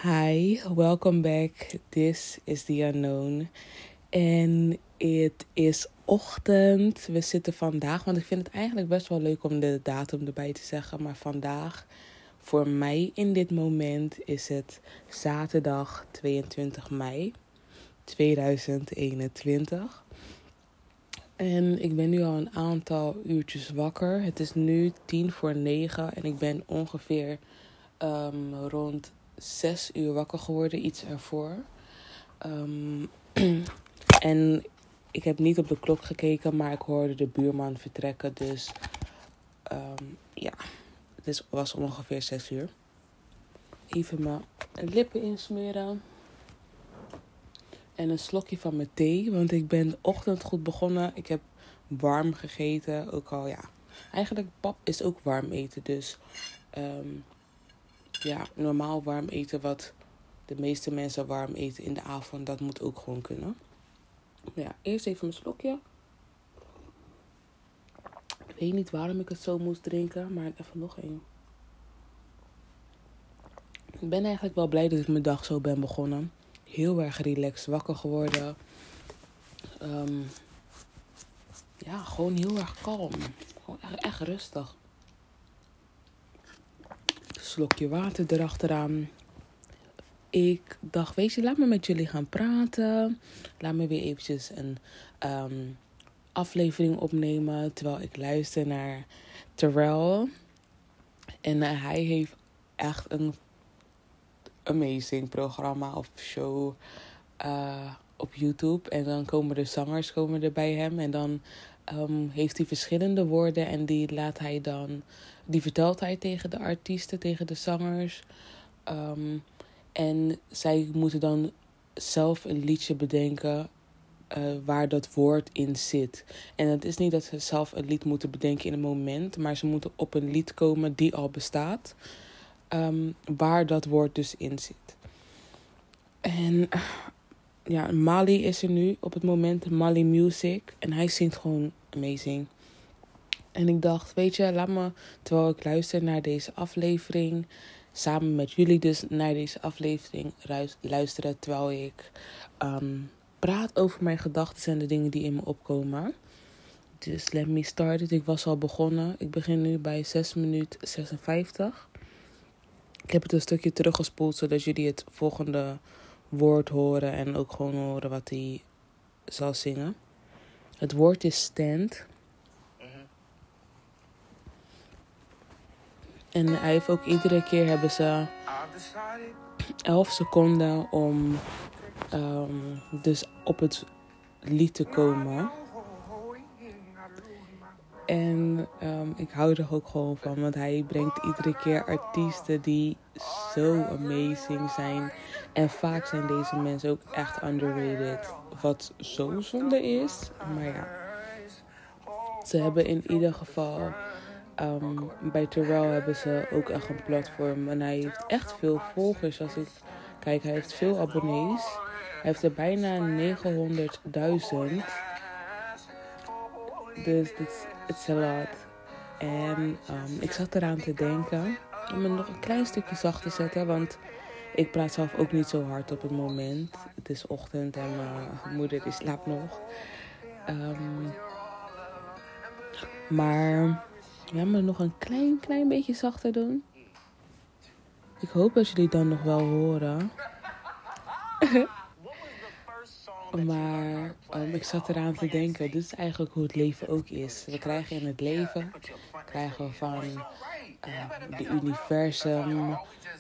Hi, welcome back. This is The Unknown. En het is ochtend. We zitten vandaag, want ik vind het eigenlijk best wel leuk om de datum erbij te zeggen. Maar vandaag, voor mij in dit moment, is het zaterdag 22 mei 2021. En ik ben nu al een aantal uurtjes wakker. Het is nu 8:50 en ik ben ongeveer rond 6 uur wakker geworden, iets ervoor. En ik heb niet op de klok gekeken, maar ik hoorde de buurman vertrekken. Dus het was ongeveer 6 uur. Even mijn lippen insmeren. En een slokje van mijn thee, want ik ben de ochtend goed begonnen. Ik heb warm gegeten, ook al Eigenlijk pap is ook warm eten, dus normaal warm eten wat de meeste mensen warm eten in de avond, dat moet ook gewoon kunnen. Ja, eerst even mijn slokje. Ik weet niet waarom ik het zo moest drinken, maar even nog één. Ik ben eigenlijk wel blij dat ik mijn dag zo ben begonnen. Heel erg relaxed wakker geworden. Gewoon heel erg kalm. Gewoon echt rustig. Slokje water erachteraan. Ik dacht, weet je, laat me met jullie gaan praten. Laat me weer eventjes een aflevering opnemen terwijl ik luister naar Terrell. En hij heeft echt een amazing programma of show op YouTube. En dan komen de zangers er bij hem. En dan heeft hij verschillende woorden. En die vertelt hij tegen de artiesten, tegen de zangers. En zij moeten dan zelf een liedje bedenken waar dat woord in zit. En het is niet dat ze zelf een lied moeten bedenken in een moment, maar ze moeten op een lied komen die al bestaat, waar dat woord dus in zit. En Mali is er nu op het moment, Mali Music, en hij zingt gewoon amazing. En ik dacht, weet je, laat me, terwijl ik luister naar deze aflevering, samen met jullie dus naar deze aflevering luisteren, terwijl ik praat over mijn gedachten en de dingen die in me opkomen. Dus let me start. Ik was al begonnen. Ik begin nu bij 6 minuten 56. Ik heb het een stukje teruggespoeld, zodat jullie het volgende woord horen en ook gewoon horen wat hij zal zingen. Het woord is stand. En hij heeft ook iedere keer hebben ze 11 seconden om dus op het lied te komen. En ik hou er ook gewoon van, want hij brengt iedere keer artiesten die zo amazing zijn. En vaak zijn deze mensen ook echt underrated, wat zo zonde is. Maar ja, ze hebben in ieder geval, bij Terrell hebben ze ook echt een platform. En hij heeft echt veel volgers. Als ik kijk, hij heeft veel abonnees. Hij heeft er bijna 900.000. Dus het is a lot. En ik zat eraan te denken om me nog een klein stukje zacht te zetten. Want ik praat zelf ook niet zo hard op het moment. Het is ochtend en mijn moeder die slaapt nog. Maar me nog een klein beetje zachter doen. Ik hoop dat jullie dan nog wel horen. Maar ik zat eraan te denken, dit is eigenlijk hoe het leven ook is. We krijgen in het leven, van de universum,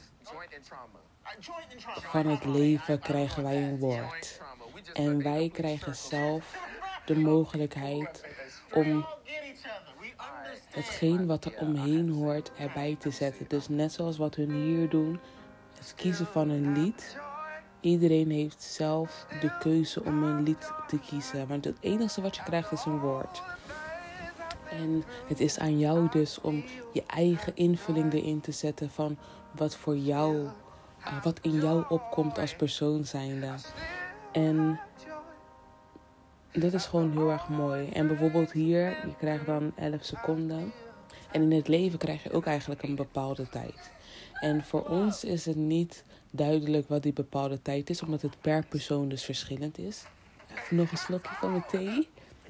van het leven krijgen wij een woord. En wij krijgen zelf de mogelijkheid om hetgeen wat er omheen hoort erbij te zetten. Dus net zoals wat hun hier doen, het kiezen van een lied. Iedereen heeft zelf de keuze om een lied te kiezen. Want het enige wat je krijgt is een woord. En het is aan jou dus om je eigen invulling erin te zetten van wat voor jou, wat in jou opkomt als persoon zijnde. En dat is gewoon heel erg mooi. En bijvoorbeeld hier, je krijgt dan 11 seconden. En in het leven krijg je ook eigenlijk een bepaalde tijd. En voor ons is het niet duidelijk wat die bepaalde tijd is, omdat het per persoon dus verschillend is. Even nog een slokje van mijn thee.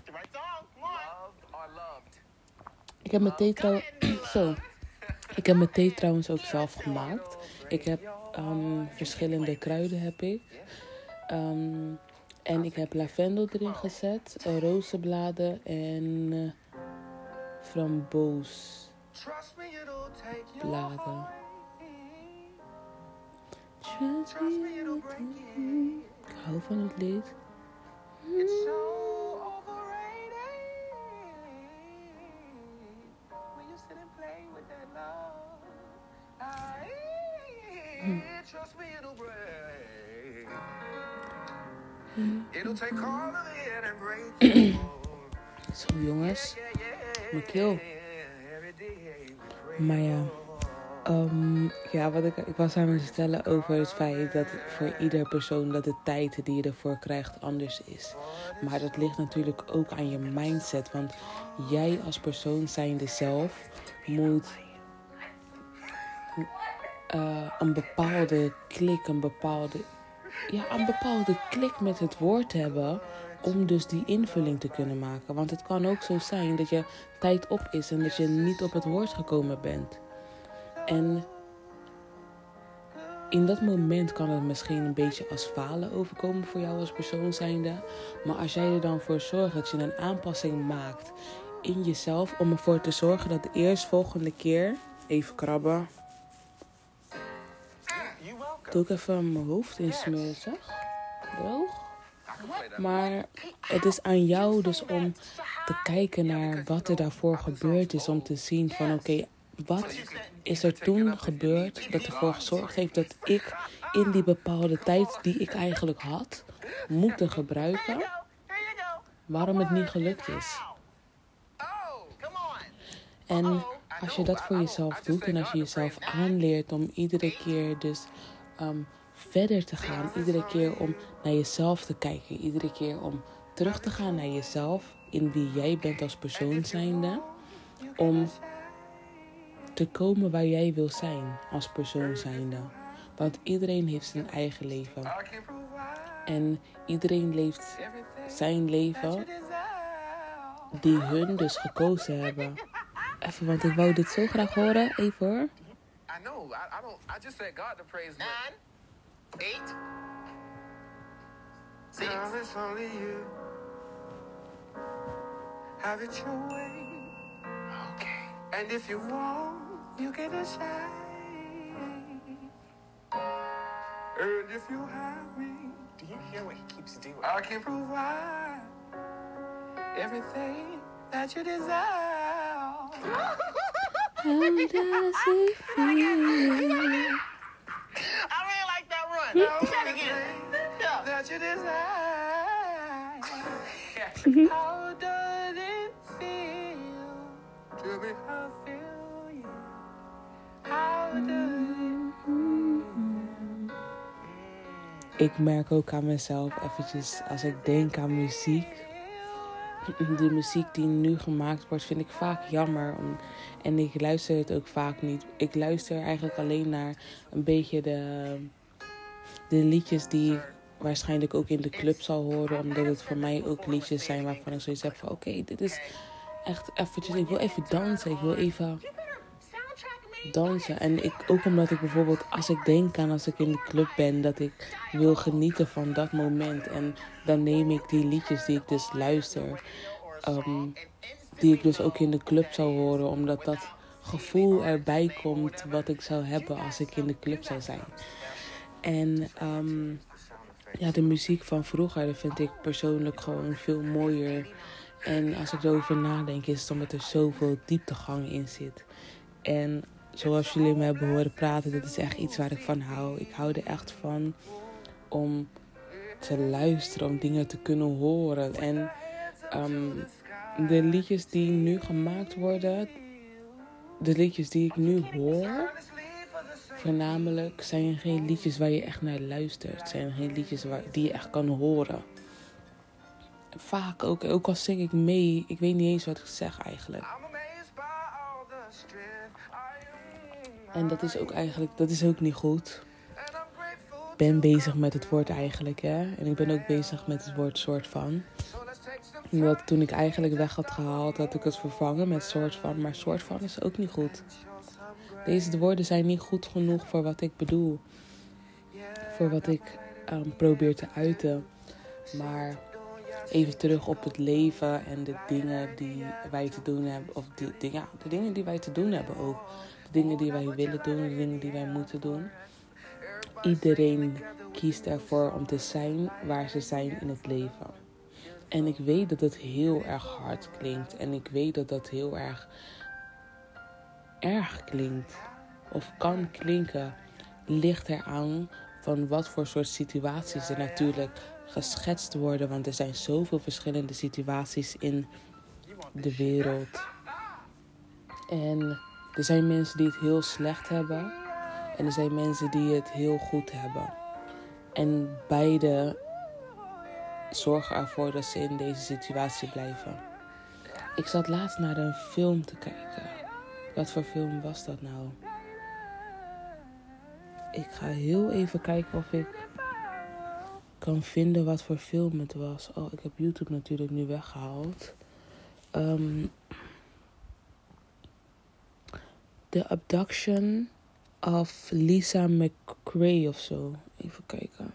Ik heb mijn thee trouwens... Zo. Ik heb mijn thee trouwens ook zelf gemaakt. Ik heb verschillende kruiden heb ik. En ik heb lavendel erin gezet, rozenbladen en framboosbladen. Ik hou van het lied. Zo jongens, mijn keel. Maar ja, wat ik was aan het vertellen over het feit dat voor ieder persoon dat de tijd die je ervoor krijgt anders is. Maar dat ligt natuurlijk ook aan je mindset, want jij als persoon zijnde zelf moet een bepaalde klik met het woord hebben om dus die invulling te kunnen maken. Want het kan ook zo zijn dat je tijd op is en dat je niet op het woord gekomen bent. En in dat moment kan het misschien een beetje als falen overkomen voor jou als persoon zijnde. Maar als jij er dan voor zorgt dat je een aanpassing maakt in jezelf om ervoor te zorgen dat de eerstvolgende keer, even krabben, doe ik even mijn hoofd insmeren, zeg. Droog. Maar het is aan jou dus om te kijken naar wat er daarvoor gebeurd is. Om te zien van oké, wat is er toen gebeurd dat ervoor gezorgd heeft dat ik in die bepaalde tijd die ik eigenlijk had moeten gebruiken, waarom het niet gelukt is. En als je dat voor jezelf doet en als je jezelf aanleert om iedere keer dus verder te gaan. Iedere keer om naar jezelf te kijken. Iedere keer om terug te gaan naar jezelf. In wie jij bent als persoon zijnde. Om te komen waar jij wil zijn als persoon zijnde. Want iedereen heeft zijn eigen leven. En iedereen leeft zijn leven die hun dus gekozen hebben. Even, want ik wou dit zo graag horen. Even hoor. I just said God to praise me. 9, 8, 6. It's only you. Have it your way. Okay. And if you want, you can decide. And if you have me, do you hear what he keeps doing? I can provide everything that you desire. How does it feel? I really like that run. Try it again. Yeah. That you desire. How does it feel to be how I feel you? How does it Ik merk ook aan mezelf eventjes als ik denk aan muziek. De muziek die nu gemaakt wordt vind ik vaak jammer. En ik luister het ook vaak niet. Ik luister eigenlijk alleen naar een beetje de liedjes die ik waarschijnlijk ook in de club zal horen. Omdat het voor mij ook liedjes zijn waarvan ik zoiets heb van oké, dit is echt eventjes. Ik wil even dansen. Ik wil even dansen. En ook omdat ik bijvoorbeeld als ik in de club ben dat ik wil genieten van dat moment. En dan neem ik die liedjes die ik dus luister. Die ik dus ook in de club zou horen. Omdat dat gevoel erbij komt wat ik zou hebben als ik in de club zou zijn. En de muziek van vroeger dat vind ik persoonlijk gewoon veel mooier. En als ik erover nadenk is het omdat er zoveel dieptegang in zit. En zoals jullie me hebben horen praten, dit is echt iets waar ik van hou. Ik hou er echt van om te luisteren, om dingen te kunnen horen. En de liedjes die nu gemaakt worden, de liedjes die ik nu hoor, voornamelijk zijn geen liedjes waar je echt naar luistert. Het zijn geen liedjes die je echt kan horen. Vaak ook al zing ik mee, ik weet niet eens wat ik zeg eigenlijk. En dat is ook niet goed. Ik ben bezig met het woord eigenlijk, hè. En ik ben ook bezig met het woord soort van. Omdat toen ik eigenlijk weg had gehaald, had ik het vervangen met soort van. Maar soort van is ook niet goed. Deze woorden zijn niet goed genoeg voor wat ik bedoel. Voor wat ik probeer te uiten. Maar even terug op het leven en de dingen die wij te doen hebben. Of de dingen die wij te doen hebben ook. De dingen die wij willen doen, de dingen die wij moeten doen. Iedereen kiest ervoor om te zijn waar ze zijn in het leven. En ik weet dat het heel erg hard klinkt. En ik weet dat dat heel erg klinkt. Of kan klinken. Ligt eraan van wat voor soort situaties er natuurlijk geschetst worden. Want er zijn zoveel verschillende situaties in de wereld. En er zijn mensen die het heel slecht hebben. En er zijn mensen die het heel goed hebben. En beide zorgen ervoor dat ze in deze situatie blijven. Ik zat laatst naar een film te kijken. Wat voor film was dat nou? Ik ga heel even kijken of ik kan vinden wat voor film het was. Oh, ik heb YouTube natuurlijk nu weggehaald. The Abduction of Lisa McRae of zo. Even kijken.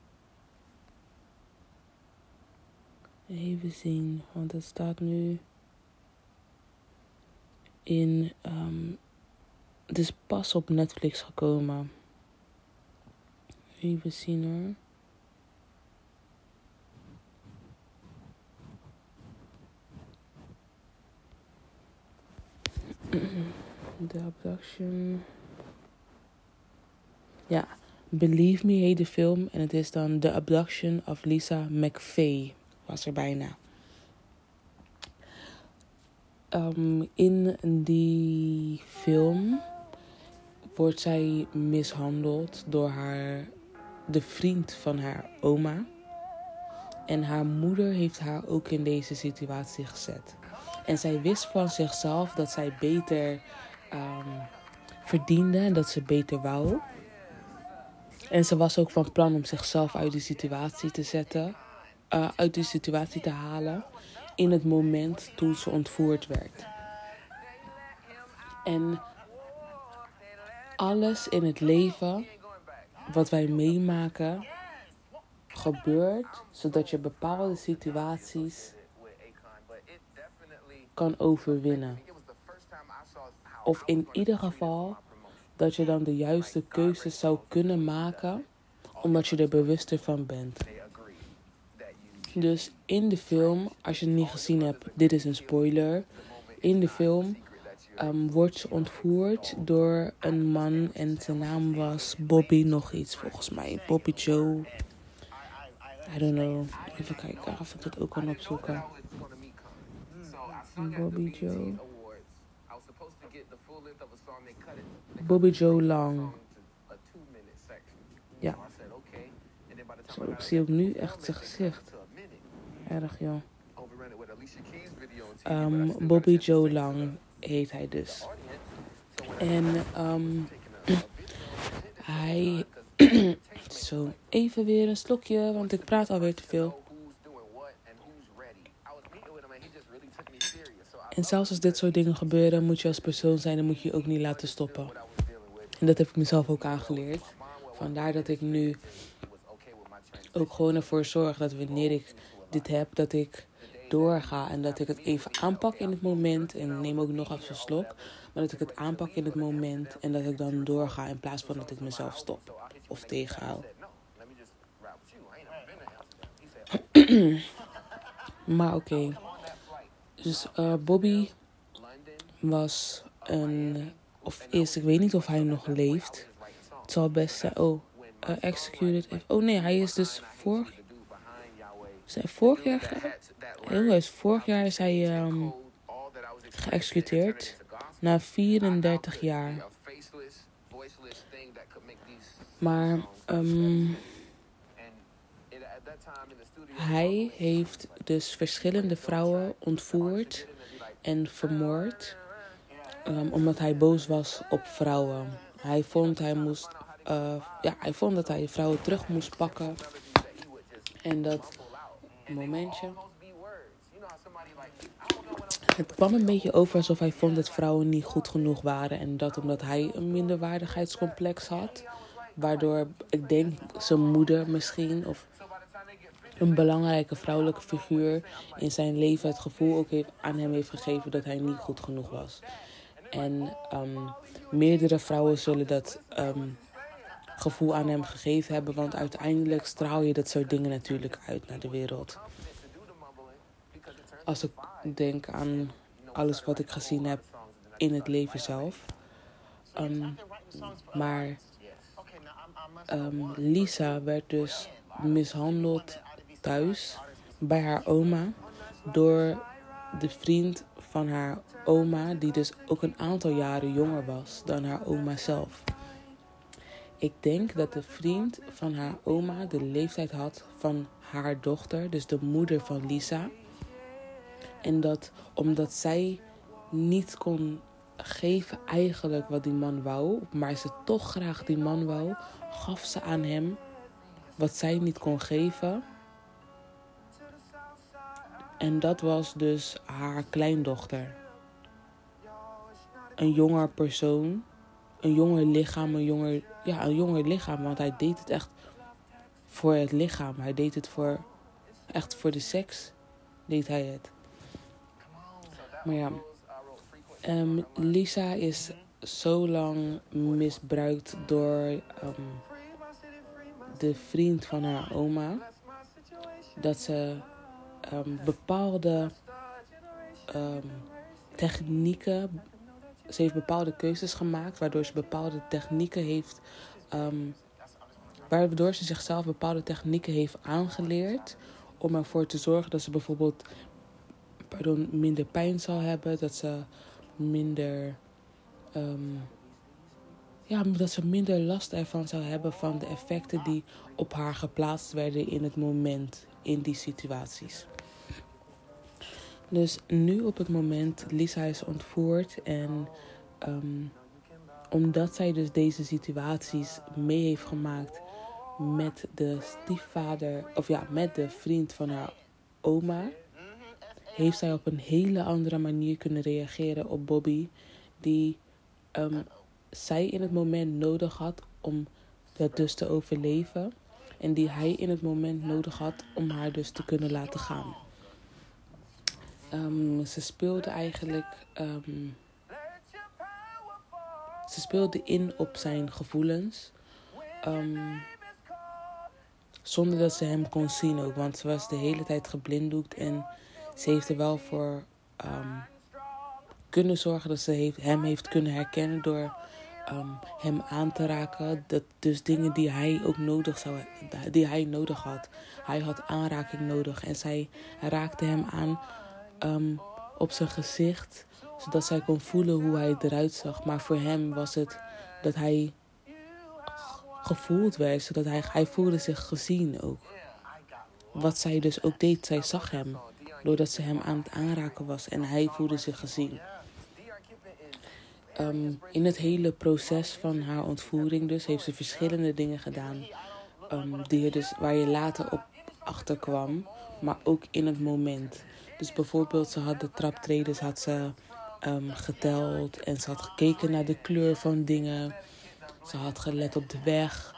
Even zien, want het staat nu in... het is pas op Netflix gekomen. Even zien hoor. The Abduction. Ja, Believe Me heet de film. En het is dan The Abduction of Lisa McVeigh. Was er bijna. In die film wordt zij mishandeld door de vriend van haar oma. En haar moeder heeft haar ook in deze situatie gezet. En zij wist van zichzelf dat zij beter verdiende en dat ze beter wou. En ze was ook van plan om zichzelf uit die situatie te zetten. Uit die situatie te halen. In het moment toen ze ontvoerd werd. En alles in het leven wat wij meemaken gebeurt zodat je bepaalde situaties kan overwinnen. Of in ieder geval dat je dan de juiste keuzes zou kunnen maken omdat je er bewuster van bent. Dus in de film, als je het niet gezien hebt, dit is een spoiler. In de film wordt ze ontvoerd door een man en zijn naam was Bobby nog iets volgens mij. Bobby Joe. I don't know. Even kijken of ik het ook kan opzoeken. Bobby Joe. Bobby Joe Long. Ja. Zo, ik zie ook nu echt zijn gezicht. Erg, joh. Bobby Joe Long heet hij dus. En hij... Zo, even weer een slokje, want ik praat alweer te veel. En zelfs als dit soort dingen gebeuren, moet je als persoon zijn en moet je je ook niet laten stoppen. En dat heb ik mezelf ook aangeleerd. Vandaar dat ik nu ook gewoon ervoor zorg dat wanneer ik dit heb, dat ik doorga. En dat ik het even aanpak in het moment. En neem ook nog even een slok. Maar dat ik het aanpak in het moment en dat ik dan doorga in plaats van dat ik mezelf stop of tegenhoud. Maar oké. Dus Bobby was of is, ik weet niet of hij nog leeft. Het zal best zijn. Executed. Oh nee, hij is dus vorig jaar is hij geëxecuteerd. Na 34 jaar. Maar hij heeft dus verschillende vrouwen ontvoerd en vermoord. Omdat hij boos was op vrouwen. hij vond dat hij vrouwen terug moest pakken. En dat momentje. Het kwam een beetje over alsof hij vond dat vrouwen niet goed genoeg waren. En dat omdat hij een minderwaardigheidscomplex had. Waardoor, ik denk, zijn moeder misschien, of een belangrijke vrouwelijke figuur in zijn leven het gevoel ook aan hem heeft gegeven dat hij niet goed genoeg was. En meerdere vrouwen zullen dat gevoel aan hem gegeven hebben. Want uiteindelijk straal je dat soort dingen natuurlijk uit naar de wereld. Als ik denk aan alles wat ik gezien heb in het leven zelf. Maar Lisa werd dus mishandeld thuis bij haar oma door de vriend van haar oma, die dus ook een aantal jaren jonger was dan haar oma zelf. Ik denk dat de vriend van haar oma de leeftijd had van haar dochter, dus de moeder van Lisa. En dat omdat zij niet kon geven eigenlijk wat die man wou, maar ze toch graag die man wou, gaf ze aan hem wat zij niet kon geven. En dat was dus haar kleindochter. Een jonger persoon, een jonger lichaam, een jonger lichaam, want hij deed het echt voor het lichaam. Hij deed het echt voor de seks, deed hij het. Maar ja, Lisa is zo lang misbruikt door de vriend van haar oma, dat ze bepaalde technieken, ze heeft bepaalde keuzes gemaakt, waardoor ze bepaalde technieken heeft, waardoor ze zichzelf bepaalde technieken heeft aangeleerd om ervoor te zorgen dat ze bijvoorbeeld minder pijn zal hebben, dat ze minder last ervan zou hebben van de effecten die op haar geplaatst werden in het moment, in die situaties. Dus nu op het moment, Lisa is ontvoerd en omdat zij dus deze situaties mee heeft gemaakt met de stiefvader, met de vriend van haar oma, heeft zij op een hele andere manier kunnen reageren op Bobby, die zij in het moment nodig had om dat dus te overleven. En die hij in het moment nodig had om haar dus te kunnen laten gaan. Ze speelde eigenlijk ze speelde in op zijn gevoelens. Zonder dat ze hem kon zien ook. Want ze was de hele tijd geblinddoekt. En ze heeft er wel voor kunnen zorgen dat ze hem heeft kunnen herkennen door hem aan te raken. Dat dus dingen die hij ook die hij nodig had. Hij had aanraking nodig. En zij raakte hem aan op zijn gezicht, zodat zij kon voelen hoe hij eruit zag. Maar voor hem was het dat hij gevoeld werd, zodat hij voelde zich gezien ook. Wat zij dus ook deed, zij zag hem, doordat ze hem aan het aanraken was en hij voelde zich gezien. In het hele proces van haar ontvoering dus heeft ze verschillende dingen gedaan, waar je later op achterkwam, maar ook in het moment. Dus bijvoorbeeld, ze had de traptredes geteld en ze had gekeken naar de kleur van dingen. Ze had gelet op de weg,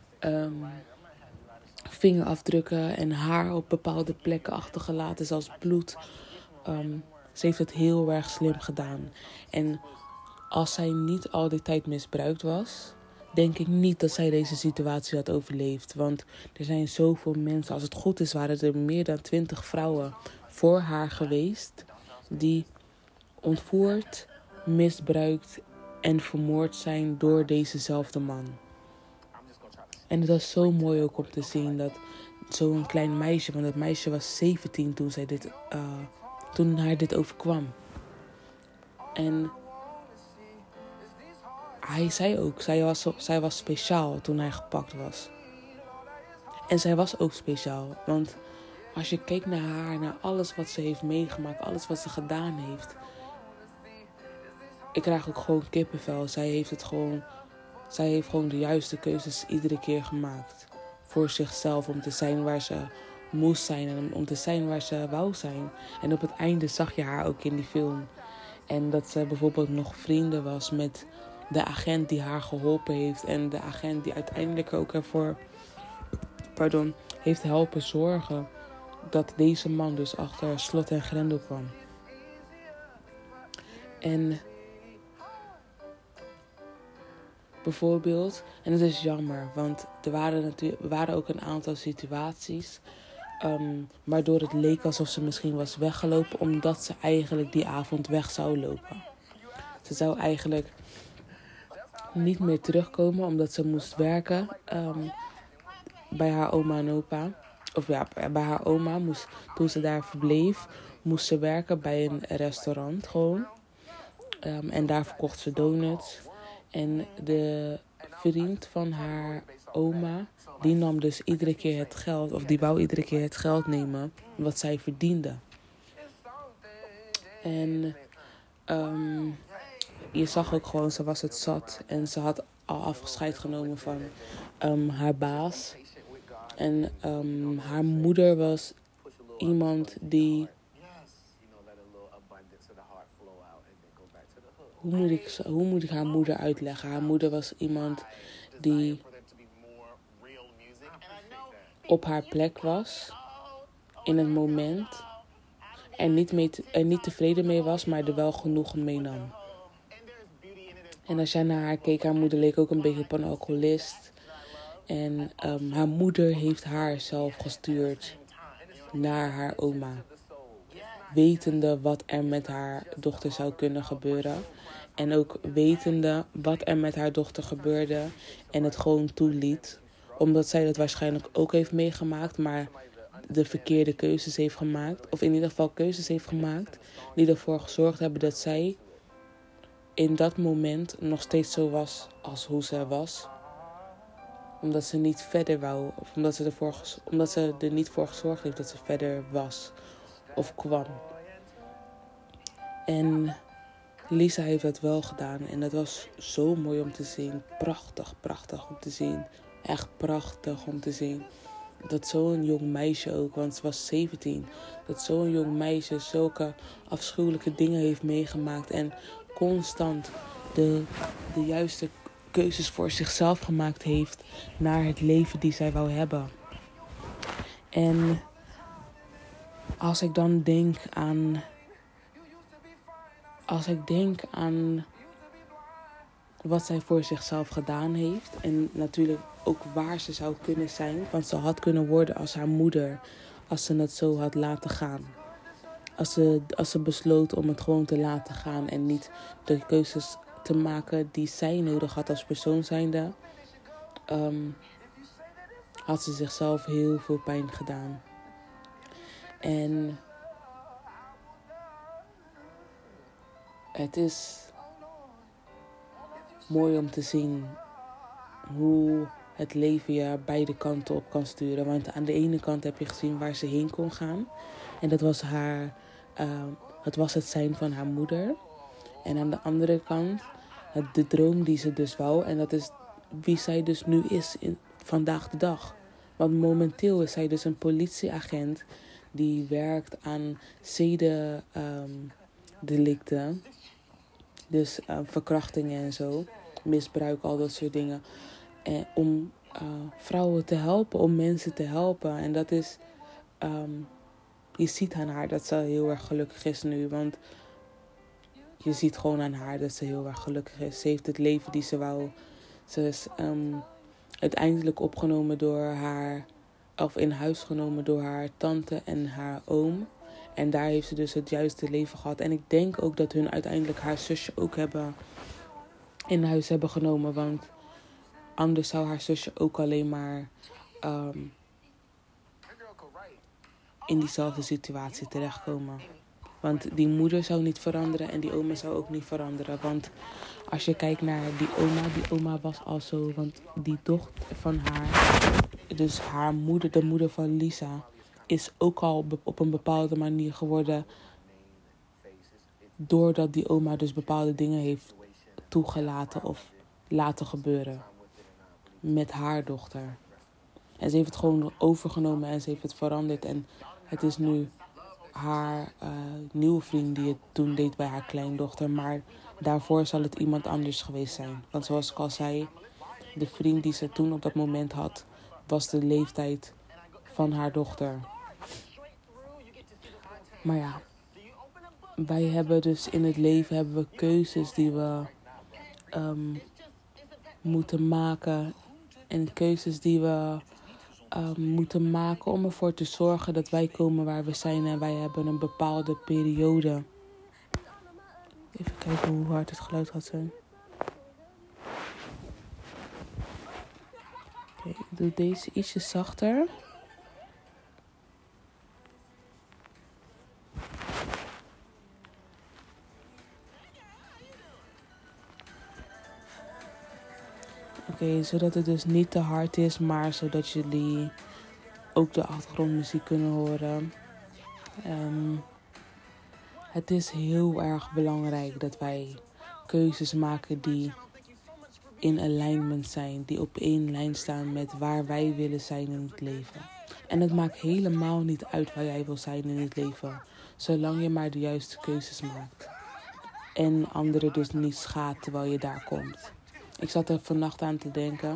vingerafdrukken en haar op bepaalde plekken achtergelaten, zoals bloed. Ze heeft het heel erg slim gedaan. En als zij niet al die tijd misbruikt was, denk ik niet dat zij deze situatie had overleefd. Want er zijn zoveel mensen, als het goed is, waren er meer dan 20 vrouwen voor haar geweest die ontvoerd, misbruikt en vermoord zijn door dezezelfde man. En het was zo mooi ook om te zien dat zo'n klein meisje, want dat meisje was 17 toen haar dit overkwam. En hij zei ook, zij was speciaal toen hij gepakt was. En zij was ook speciaal, want als je kijkt naar haar, naar alles wat ze heeft meegemaakt, alles wat ze gedaan heeft. Ik krijg ook gewoon kippenvel. Zij heeft het gewoon zij heeft gewoon de juiste keuzes iedere keer gemaakt. Voor zichzelf, om te zijn waar ze moest zijn en om te zijn waar ze wou zijn. En op het einde zag je haar ook in die film. En dat ze bijvoorbeeld nog vrienden was met de agent die haar geholpen heeft. En de agent die uiteindelijk ook ervoor heeft helpen zorgen dat deze man dus achter slot en grendel kwam. En bijvoorbeeld, en het is jammer, want er waren ook een aantal situaties waardoor het leek alsof ze misschien was weggelopen, omdat ze eigenlijk die avond weg zou lopen. Ze zou eigenlijk niet meer terugkomen, omdat ze moest werken bij haar oma en opa. Of ja, bij haar oma. Toen ze daar verbleef, moest ze werken bij een restaurant gewoon. En daar verkocht ze donuts. En de vriend van haar oma, die nam dus iedere keer het geld, of die wou iedere keer het geld nemen wat zij verdiende. En je zag ook gewoon, ze was het zat. En ze had al afscheid genomen van haar baas. En haar moeder was iemand die... Hoe moet ik haar moeder uitleggen? Haar moeder was iemand die op haar plek was in het moment. En niet tevreden mee was, maar er wel genoegen mee nam. En als jij naar haar keek, haar moeder leek ook een beetje op een alcoholist. En haar moeder heeft haar zelf gestuurd naar haar oma. Wetende wat er met haar dochter zou kunnen gebeuren. En ook wetende wat er met haar dochter gebeurde. En het gewoon toeliet. Omdat zij dat waarschijnlijk ook heeft meegemaakt. Maar de verkeerde keuzes heeft gemaakt. Of in ieder geval keuzes heeft gemaakt. Die ervoor gezorgd hebben dat zij in dat moment nog steeds zo was als hoe ze was. Omdat ze niet verder wou. Of omdat ze er niet voor gezorgd heeft dat ze verder was. Of kwam. En Lisa heeft dat wel gedaan. En dat was zo mooi om te zien. Prachtig om te zien. Echt prachtig om te zien. Dat zo'n jong meisje ook, want ze was 17. Dat zo'n jong meisje zulke afschuwelijke dingen heeft meegemaakt. En constant de juiste keuzes voor zichzelf gemaakt heeft. Naar het leven die zij wou hebben. En als ik dan denk aan wat zij voor zichzelf gedaan heeft. En natuurlijk ook waar ze zou kunnen zijn. Want ze had kunnen worden als haar moeder. Als ze het zo had laten gaan. Als ze besloot om het gewoon te laten gaan. En niet de keuzes te maken die zij nodig had als persoon zijnde. Had ze zichzelf heel veel pijn gedaan. En het is mooi om te zien hoe het leven je beide kanten op kan sturen. Want aan de ene kant heb je gezien waar ze heen kon gaan. En dat was het zijn van haar moeder. En aan de andere kant de droom die ze dus wou. En dat is wie zij dus nu is vandaag de dag. Want momenteel is zij dus een politieagent die werkt aan zedendelicten. Dus verkrachtingen en zo. Misbruik, al dat soort dingen. Om vrouwen te helpen, om mensen te helpen. En dat is... je ziet aan haar dat ze heel erg gelukkig is nu. Want je ziet gewoon aan haar dat ze heel erg gelukkig is. Ze heeft het leven die ze wou. Ze is uiteindelijk opgenomen door haar... Of in huis genomen door haar tante en haar oom. En daar heeft ze dus het juiste leven gehad. En ik denk ook dat hun uiteindelijk haar zusje ook in huis hebben genomen. Want anders zou haar zusje ook alleen maar in diezelfde situatie terechtkomen. Want die moeder zou niet veranderen en die oma zou ook niet veranderen. Want als je kijkt naar die oma was al zo. Want die dochter van haar, dus haar moeder, de moeder van Lisa, is ook al op een bepaalde manier geworden. Doordat die oma dus bepaalde dingen heeft toegelaten of laten gebeuren. Met haar dochter. En ze heeft het gewoon overgenomen en ze heeft het veranderd. En het is nu haar nieuwe vriend die het toen deed bij haar kleindochter. Maar daarvoor zal het iemand anders geweest zijn. Want zoals ik al zei, de vriend die ze toen op dat moment had, was de leeftijd van haar dochter. Maar ja, wij hebben dus in het leven keuzes die we moeten maken. En keuzes die we moeten maken om ervoor te zorgen dat wij komen waar we zijn. En wij hebben een bepaalde periode. Even kijken hoe hard het geluid gaat zijn. Oké, ik doe deze ietsje zachter. Oké, zodat het dus niet te hard is, maar zodat jullie ook de achtergrondmuziek kunnen horen. Het is heel erg belangrijk dat wij keuzes maken die in alignment zijn. Die op één lijn staan met waar wij willen zijn in het leven. En het maakt helemaal niet uit waar jij wil zijn in het leven. Zolang je maar de juiste keuzes maakt. En anderen dus niet schaadt terwijl je daar komt. Ik zat er vannacht aan te denken.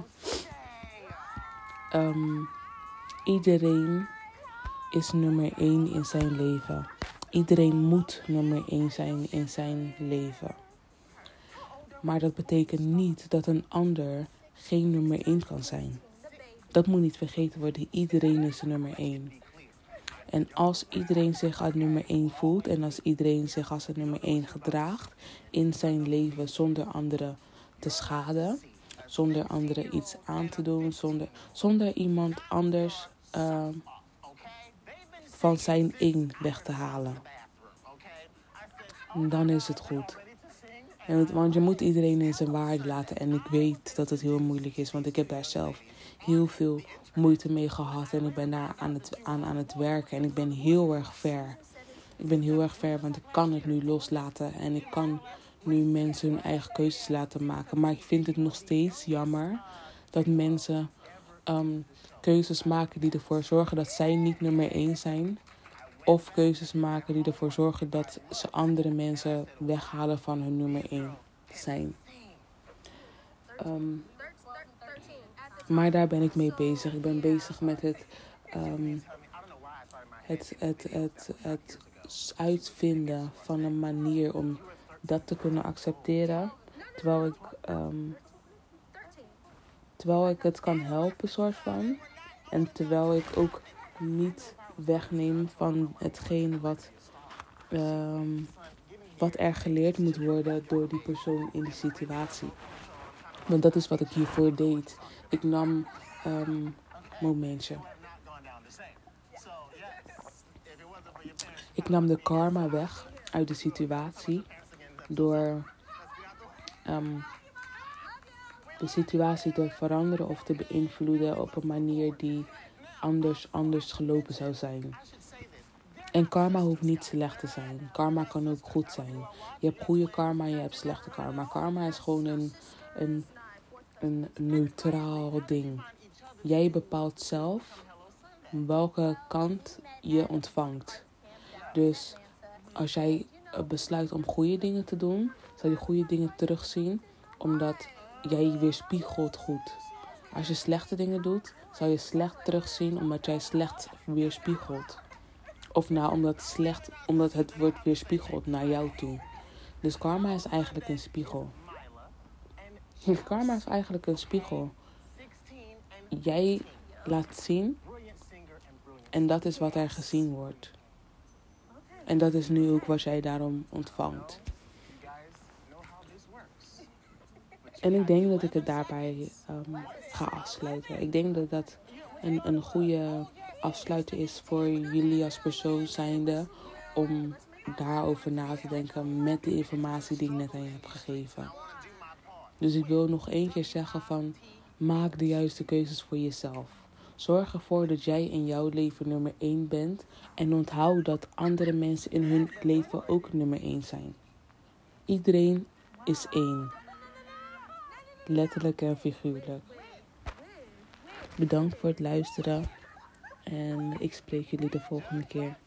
Iedereen is nummer 1 in zijn leven. Iedereen moet nummer 1 zijn in zijn leven. Maar dat betekent niet dat een ander geen nummer 1 kan zijn. Dat moet niet vergeten worden. Iedereen is nummer 1. En als iedereen zich als nummer 1 voelt en als iedereen zich als een nummer 1 gedraagt in zijn leven zonder anderen te schaden, zonder anderen iets aan te doen, zonder iemand anders van zijn 1 weg te halen, dan is het goed. Want je moet iedereen in zijn waarde laten. En ik weet dat het heel moeilijk is. Want ik heb daar zelf heel veel moeite mee gehad. En ik ben daar aan het werken. En ik ben heel erg ver. Ik ben heel erg ver, want ik kan het nu loslaten. En ik kan nu mensen hun eigen keuzes laten maken. Maar ik vind het nog steeds jammer dat mensen keuzes maken die ervoor zorgen dat zij niet nummer 1 zijn. Of keuzes maken die ervoor zorgen dat ze andere mensen weghalen van hun nummer 1 zijn. Maar daar ben ik mee bezig. Ik ben bezig met het uitvinden van een manier om dat te kunnen accepteren. Terwijl ik het kan helpen, soort van. En terwijl ik ook niet wegneem van hetgeen wat er geleerd moet worden door die persoon in die situatie. Want dat is wat ik hiervoor deed. Ik nam momentje. Ik nam de karma weg uit de situatie door de situatie te veranderen of te beïnvloeden op een manier die anders gelopen zou zijn. En karma hoeft niet slecht te zijn. Karma kan ook goed zijn. Je hebt goede karma en je hebt slechte karma. Karma is gewoon een neutraal ding. Jij bepaalt zelf welke kant je ontvangt. Dus als jij besluit om goede dingen te doen, zal je goede dingen terugzien, omdat jij weerspiegelt goed. Als je slechte dingen doet, zal je slecht terugzien, omdat jij slecht weerspiegelt. Of omdat het wordt weerspiegeld naar jou toe. Dus karma is eigenlijk een spiegel. Karma is eigenlijk een spiegel. Jij laat zien en dat is wat er gezien wordt. En dat is nu ook wat jij daarom ontvangt. En ik denk dat ik het daarbij ga afsluiten. Ik denk dat dat een goede afsluiter is voor jullie als persoon zijnde, om daarover na te denken met de informatie die ik net aan je heb gegeven. Dus ik wil nog 1 keer zeggen van, maak de juiste keuzes voor jezelf. Zorg ervoor dat jij in jouw leven nummer 1 bent. En onthoud dat andere mensen in hun leven ook nummer 1 zijn. Iedereen is 1. Letterlijk en figuurlijk. Bedankt voor het luisteren. En ik spreek jullie de volgende keer.